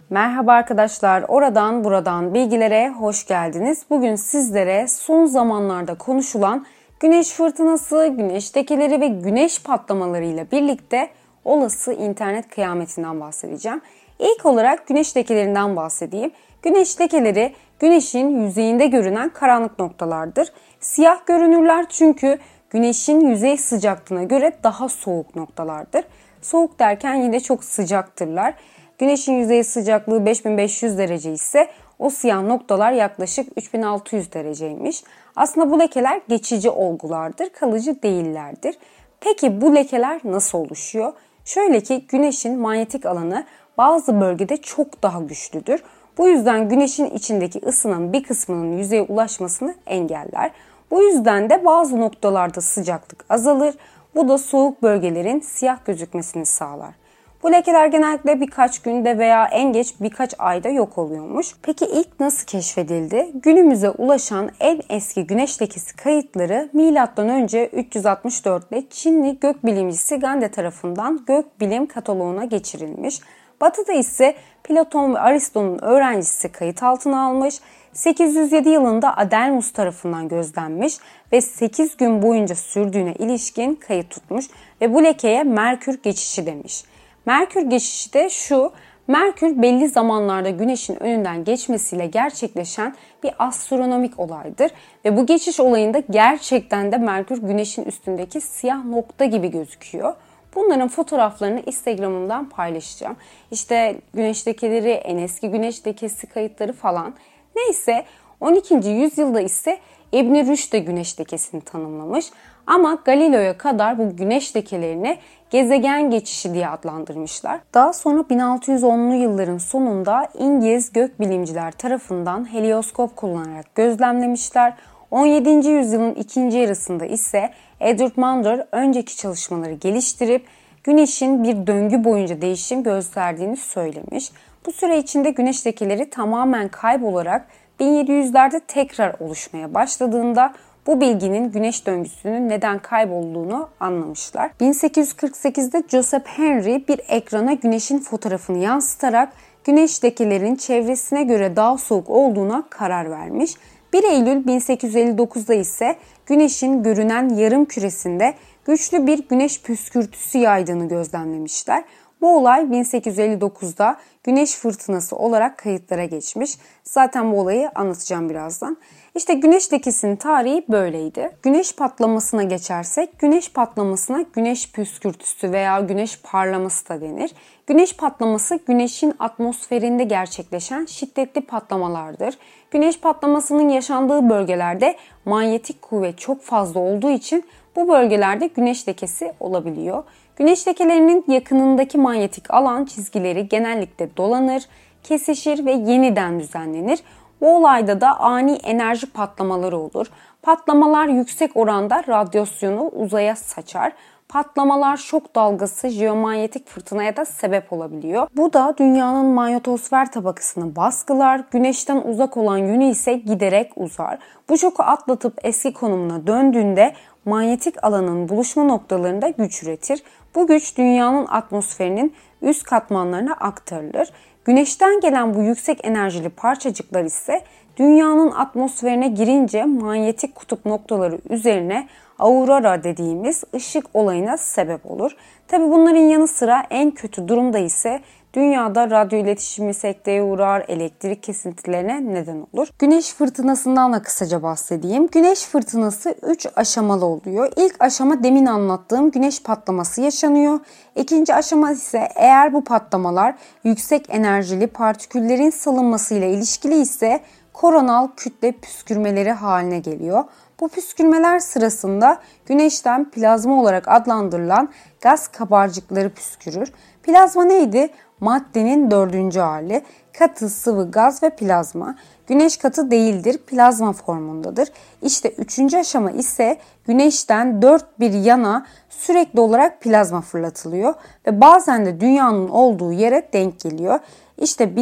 Merhaba arkadaşlar, oradan buradan bilgilere hoş geldiniz. Bugün sizlere son zamanlarda konuşulan güneş fırtınası, güneş lekeleri ve güneş patlamaları ile birlikte olası internet kıyametinden bahsedeceğim. İlk olarak güneş lekelerinden bahsedeyim. Güneş lekeleri güneşin yüzeyinde görünen karanlık noktalardır. Siyah görünürler çünkü güneşin yüzey sıcaklığına göre daha soğuk noktalardır. Soğuk derken yine çok sıcaktırlar. Güneşin yüzey sıcaklığı 5500 derece ise o siyah noktalar yaklaşık 3600 dereceymiş. Aslında bu lekeler geçici olgulardır, kalıcı değillerdir. Peki bu lekeler nasıl oluşuyor? Şöyle ki güneşin manyetik alanı bazı bölgede çok daha güçlüdür. Bu yüzden güneşin içindeki ısının bir kısmının yüzeye ulaşmasını engeller. Bu yüzden de bazı noktalarda sıcaklık azalır. Bu da soğuk bölgelerin siyah gözükmesini sağlar. Bu lekeler genellikle birkaç günde veya en geç birkaç ayda yok oluyormuş. Peki ilk nasıl keşfedildi? Günümüze ulaşan en eski güneş lekesi kayıtları M.Ö. 364'te Çinli gökbilimcisi Gande tarafından gökbilim kataloğuna geçirilmiş. Batı'da ise Platon ve Aristo'nun öğrencisi kayıt altına almış. 807 yılında Adelmus tarafından gözlenmiş ve 8 gün boyunca sürdüğüne ilişkin kayıt tutmuş ve bu lekeye Merkür geçişi demiş. Merkür geçişi de şu: Merkür belli zamanlarda Güneş'in önünden geçmesiyle gerçekleşen bir astronomik olaydır ve bu geçiş olayında gerçekten de Merkür Güneş'in üstündeki siyah nokta gibi gözüküyor. Bunların fotoğraflarını Instagram'ımdan paylaşacağım. İşte güneş lekeleri, en eski güneş lekesi kayıtları falan. Neyse 12. yüzyılda ise İbn Rüşd de güneş lekesini tanımlamış. Ama Galileo'ya kadar bu güneş lekelerini gezegen geçişi diye adlandırmışlar. Daha sonra 1610'lu yılların sonunda İngiliz gökbilimciler tarafından helioskop kullanarak gözlemlemişler. 17. yüzyılın ikinci yarısında ise Edward Maunder önceki çalışmaları geliştirip Güneş'in bir döngü boyunca değişim gösterdiğini söylemiş. Bu süre içinde güneş lekeleri tamamen kaybolarak 1700'lerde tekrar oluşmaya başladığında bu bilginin güneş döngüsünün neden kaybolduğunu anlamışlar. 1848'de Joseph Henry bir ekrana güneşin fotoğrafını yansıtarak güneş lekelerinin çevresine göre daha soğuk olduğuna karar vermiş. 1 Eylül 1859'da ise güneşin görünen yarım küresinde güçlü bir güneş püskürtüsü yaydığını gözlemlemişler. Bu olay 1859'da güneş fırtınası olarak kayıtlara geçmiş. Zaten bu olayı anlatacağım birazdan. İşte güneş lekesinin tarihi böyleydi. Güneş patlamasına geçersek, güneş patlamasına güneş püskürtüsü veya güneş parlaması da denir. Güneş patlaması güneşin atmosferinde gerçekleşen şiddetli patlamalardır. Güneş patlamasının yaşandığı bölgelerde manyetik kuvvet çok fazla olduğu için bu bölgelerde güneş lekesi olabiliyor. Güneş lekelerinin yakınındaki manyetik alan çizgileri genellikle dolanır, kesişir ve yeniden düzenlenir. Bu olayda da ani enerji patlamaları olur. Patlamalar yüksek oranda radyasyonu uzaya saçar. Patlamalar şok dalgası jeomanyetik fırtınaya da sebep olabiliyor. Bu da dünyanın manyetosfer tabakasını baskılar, güneşten uzak olan yönü ise giderek uzar. Bu şoku atlatıp eski konumuna döndüğünde manyetik alanın buluşma noktalarında güç üretir. Bu güç dünyanın atmosferinin üst katmanlarına aktarılır. Güneşten gelen bu yüksek enerjili parçacıklar ise dünyanın atmosferine girince manyetik kutup noktaları üzerine aurora dediğimiz ışık olayına sebep olur. Tabi bunların yanı sıra en kötü durumda ise dünyada radyo iletişimi sekteye uğrar, elektrik kesintilerine neden olur. Güneş fırtınasından da kısaca bahsedeyim. Güneş fırtınası 3 aşamalı oluyor. İlk aşama demin anlattığım güneş patlaması yaşanıyor. İkinci aşama ise eğer bu patlamalar yüksek enerjili partiküllerin salınmasıyla ilişkili ise koronal kütle püskürmeleri haline geliyor. Bu püskürmeler sırasında güneşten plazma olarak adlandırılan gaz kabarcıkları püskürür. Plazma neydi? Maddenin 4. hali. Katı, sıvı, gaz ve plazma. Güneş katı değildir, plazma formundadır. İşte 3. aşama ise güneşten 4 bir yana sürekli olarak plazma fırlatılıyor ve bazen de dünyanın olduğu yere denk geliyor. İşte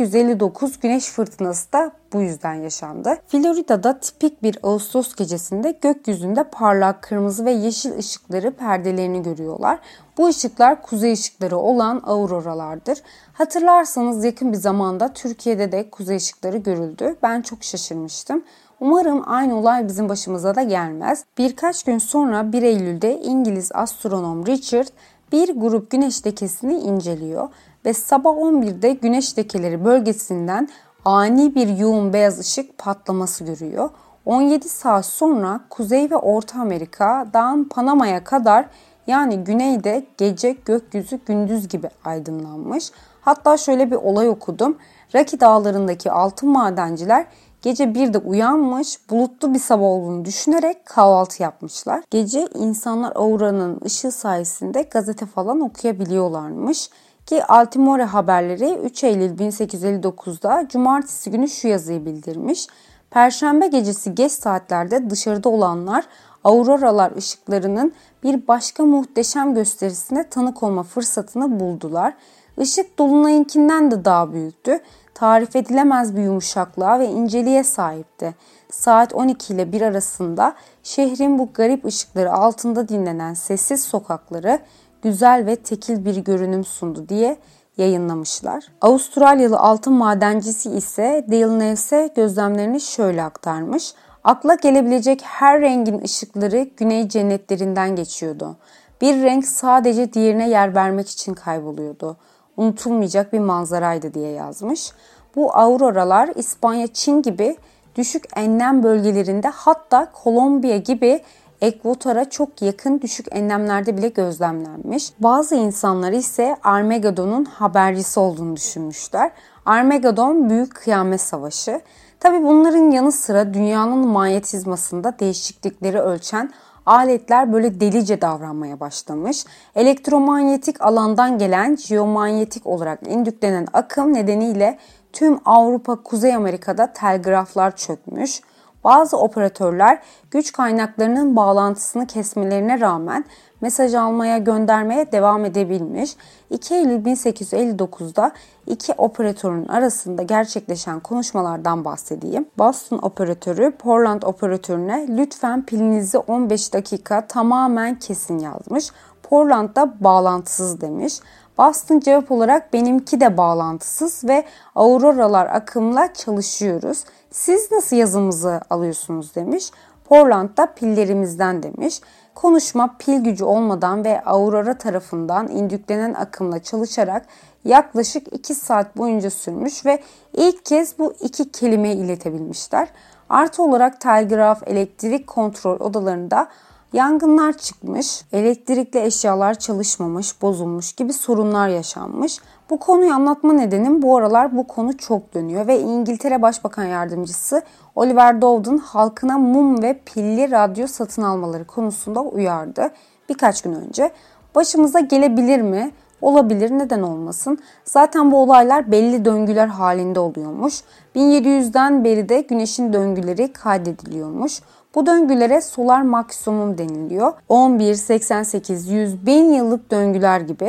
1859 güneş fırtınası da bu yüzden yaşandı. Florida'da tipik bir Ağustos gecesinde gökyüzünde parlak kırmızı ve yeşil ışıkları perdelerini görüyorlar. Bu ışıklar kuzey ışıkları olan auroralardır. Hatırlarsanız yakın bir zamanda Türkiye'de de kuzey ışıkları görüldü. Ben çok şaşırmıştım. Umarım aynı olay bizim başımıza da gelmez. Birkaç gün sonra 1 Eylül'de İngiliz astronom Richard bir grup güneş lekesini inceliyor ve sabah 11'de güneş lekeleri bölgesinden ani bir yoğun beyaz ışık patlaması görüyor. 17 saat sonra Kuzey ve Orta Amerika'dan Panama'ya kadar, yani güneyde gece gökyüzü gündüz gibi aydınlanmış. Hatta şöyle bir olay okudum. Rocky Dağları'ndaki altın madenciler gece 1'de uyanmış, bulutlu bir sabah olduğunu düşünerek kahvaltı yapmışlar. Gece insanlar auroranın ışığı sayesinde gazete falan okuyabiliyorlarmış. Ki Altimore haberleri 3 Eylül 1859'da cumartesi günü şu yazıyı bildirmiş. Perşembe gecesi geç saatlerde dışarıda olanlar auroralar ışıklarının bir başka muhteşem gösterisine tanık olma fırsatını buldular. Işık dolunayınkinden de daha büyüktü. Tarif edilemez bir yumuşaklığa ve inceliğe sahipti. Saat 12 ile 1 arasında şehrin bu garip ışıkları altında dinlenen sessiz sokakları güzel ve tekil bir görünüm sundu diye yayınlamışlar. Avustralyalı altın madencisi ise Dale Neves'e gözlemlerini şöyle aktarmış. Akla gelebilecek her rengin ışıkları güney cennetlerinden geçiyordu. Bir renk sadece diğerine yer vermek için kayboluyordu. Unutulmayacak bir manzaraydı diye yazmış. Bu auroralar İspanya, Çin gibi düşük enlem bölgelerinde, hatta Kolombiya gibi ekvatora çok yakın düşük enlemlerde bile gözlemlenmiş. Bazı insanlar ise Armageddon'un habercisi olduğunu düşünmüşler. Armageddon büyük kıyamet savaşı. Tabii bunların yanı sıra dünyanın manyetizmasında değişiklikleri ölçen aletler böyle delice davranmaya başlamış. Elektromanyetik alandan gelen jeomanyetik olarak indüklenen akım nedeniyle tüm Avrupa, Kuzey Amerika'da telgraflar çökmüş. Bazı operatörler güç kaynaklarının bağlantısını kesmelerine rağmen mesaj almaya, göndermeye devam edebilmiş. 2 Eylül 1859'da iki operatörün arasında gerçekleşen konuşmalardan bahsedeyim. Boston operatörü Portland operatörüne lütfen pilinizi 15 dakika tamamen kesin yazmış. Portland da bağlantısız demiş. Boston cevap olarak benimki de bağlantısız ve auroralar akımla çalışıyoruz. Siz nasıl yazımızı alıyorsunuz demiş. Portland da pillerimizden demiş. Konuşma pil gücü olmadan ve aurora tarafından indüklenen akımla çalışarak yaklaşık 2 saat boyunca sürmüş ve ilk kez bu iki kelimeyi iletebilmişler. Artı olarak telgraf, elektrik kontrol odalarında yangınlar çıkmış, elektrikli eşyalar çalışmamış, bozulmuş gibi sorunlar yaşanmış. Bu konuyu anlatma nedenim, bu aralar bu konu çok dönüyor ve İngiltere Başbakan Yardımcısı Oliver Dowden halkına mum ve pilli radyo satın almaları konusunda uyardı birkaç gün önce. Başımıza gelebilir mi? Olabilir, neden olmasın? Zaten bu olaylar belli döngüler halinde oluyormuş. 1700'den beri de güneşin döngüleri kaydediliyormuş. Bu döngülere solar maksimum deniliyor. 11, 88, 100, 1000 yıllık döngüler gibi.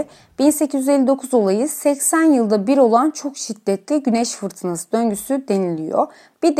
1859 olayı 80 yılda bir olan çok şiddetli güneş fırtınası döngüsü deniliyor. Bir de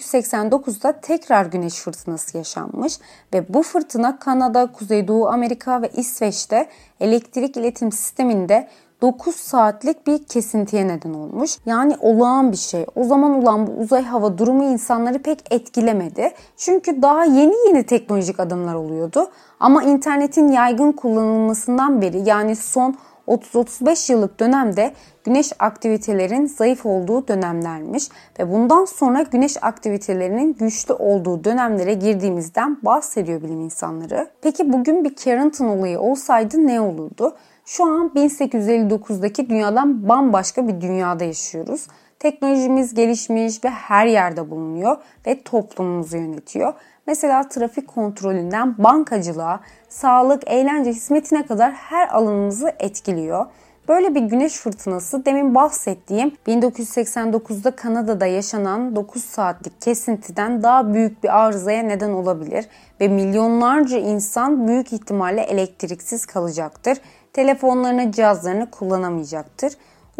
1989'da tekrar güneş fırtınası yaşanmış ve bu fırtına Kanada, Kuzeydoğu Amerika ve İsveç'te elektrik iletim sisteminde 9 saatlik bir kesintiye neden olmuş. Yani olağan bir şey. O zaman olan bu uzay hava durumu insanları pek etkilemedi. Çünkü daha yeni teknolojik adımlar oluyordu. Ama internetin yaygın kullanılmasından beri, yani son 30-35 yıllık dönemde güneş aktivitelerin zayıf olduğu dönemlermiş ve bundan sonra güneş aktivitelerinin güçlü olduğu dönemlere girdiğimizden bahsediyor bilim insanları. Peki bugün bir Carrington olayı olsaydı ne olurdu? Şu an 1859'daki dünyadan bambaşka bir dünyada yaşıyoruz. Teknolojimiz gelişmiş ve her yerde bulunuyor ve toplumumuzu yönetiyor. Mesela trafik kontrolünden bankacılığa, sağlık, eğlence hizmetine kadar her alanımızı etkiliyor. Böyle bir güneş fırtınası demin bahsettiğim 1989'da Kanada'da yaşanan 9 saatlik kesintiden daha büyük bir arızaya neden olabilir ve milyonlarca insan büyük ihtimalle elektriksiz kalacaktır. Telefonlarını, cihazlarını kullanamayacaktır.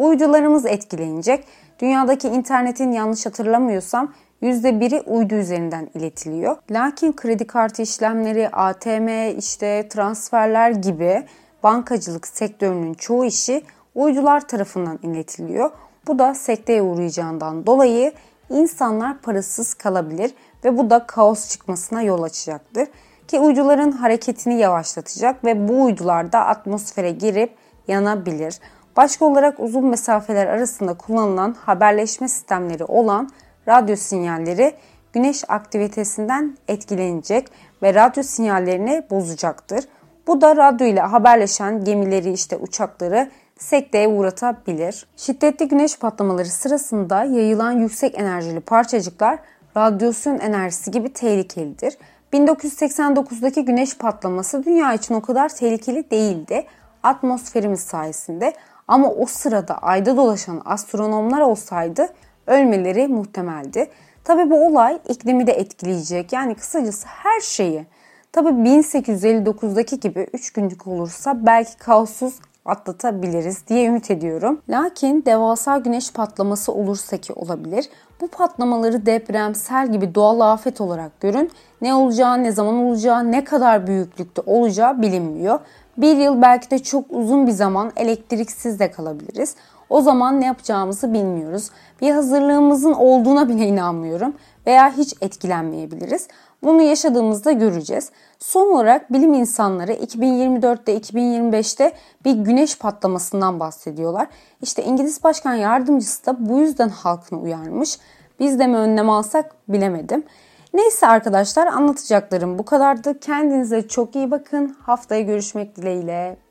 Uydularımız etkilenecek. Dünyadaki internetin yanlış hatırlamıyorsam %1'i uydu üzerinden iletiliyor. Lakin kredi kartı işlemleri, ATM, transferler gibi bankacılık sektörünün çoğu işi uydular tarafından iletiliyor. Bu da sekteye uğrayacağından dolayı insanlar parasız kalabilir ve bu da kaos çıkmasına yol açacaktır. Ki uyduların hareketini yavaşlatacak ve bu uydular da atmosfere girip yanabilir. Başka olarak uzun mesafeler arasında kullanılan haberleşme sistemleri olan radyo sinyalleri güneş aktivitesinden etkilenecek ve radyo sinyallerini bozacaktır. Bu da radyo ile haberleşen gemileri uçakları sekteye uğratabilir. Şiddetli güneş patlamaları sırasında yayılan yüksek enerjili parçacıklar radyasyon enerjisi gibi tehlikelidir. 1989'daki güneş patlaması dünya için o kadar tehlikeli değildi atmosferimiz sayesinde, ama o sırada ayda dolaşan astronomlar olsaydı ölmeleri muhtemeldi. Tabii bu olay iklimi de etkileyecek, yani kısacası her şeyi. Tabii 1859'daki gibi 3 günlük olursa belki kaossuz atlatabiliriz diye ümit ediyorum. Lakin devasa güneş patlaması olursa ki olabilir. Bu patlamaları deprem, sel gibi doğal afet olarak görün. Ne olacağı, ne zaman olacağı, ne kadar büyüklükte olacağı bilinmiyor. Bir yıl belki de çok uzun bir zaman elektriksiz de kalabiliriz. O zaman ne yapacağımızı bilmiyoruz. Bir hazırlığımızın olduğuna bile inanmıyorum veya hiç etkilenmeyebiliriz. Bunu yaşadığımızda göreceğiz. Son olarak bilim insanları 2024'te 2025'te bir güneş patlamasından bahsediyorlar. İngiliz Başkan Yardımcısı da bu yüzden halkını uyarmış. Biz de mi önlem alsak bilemedim. Neyse arkadaşlar, anlatacaklarım bu kadardı. Kendinize çok iyi bakın. Haftaya görüşmek dileğiyle.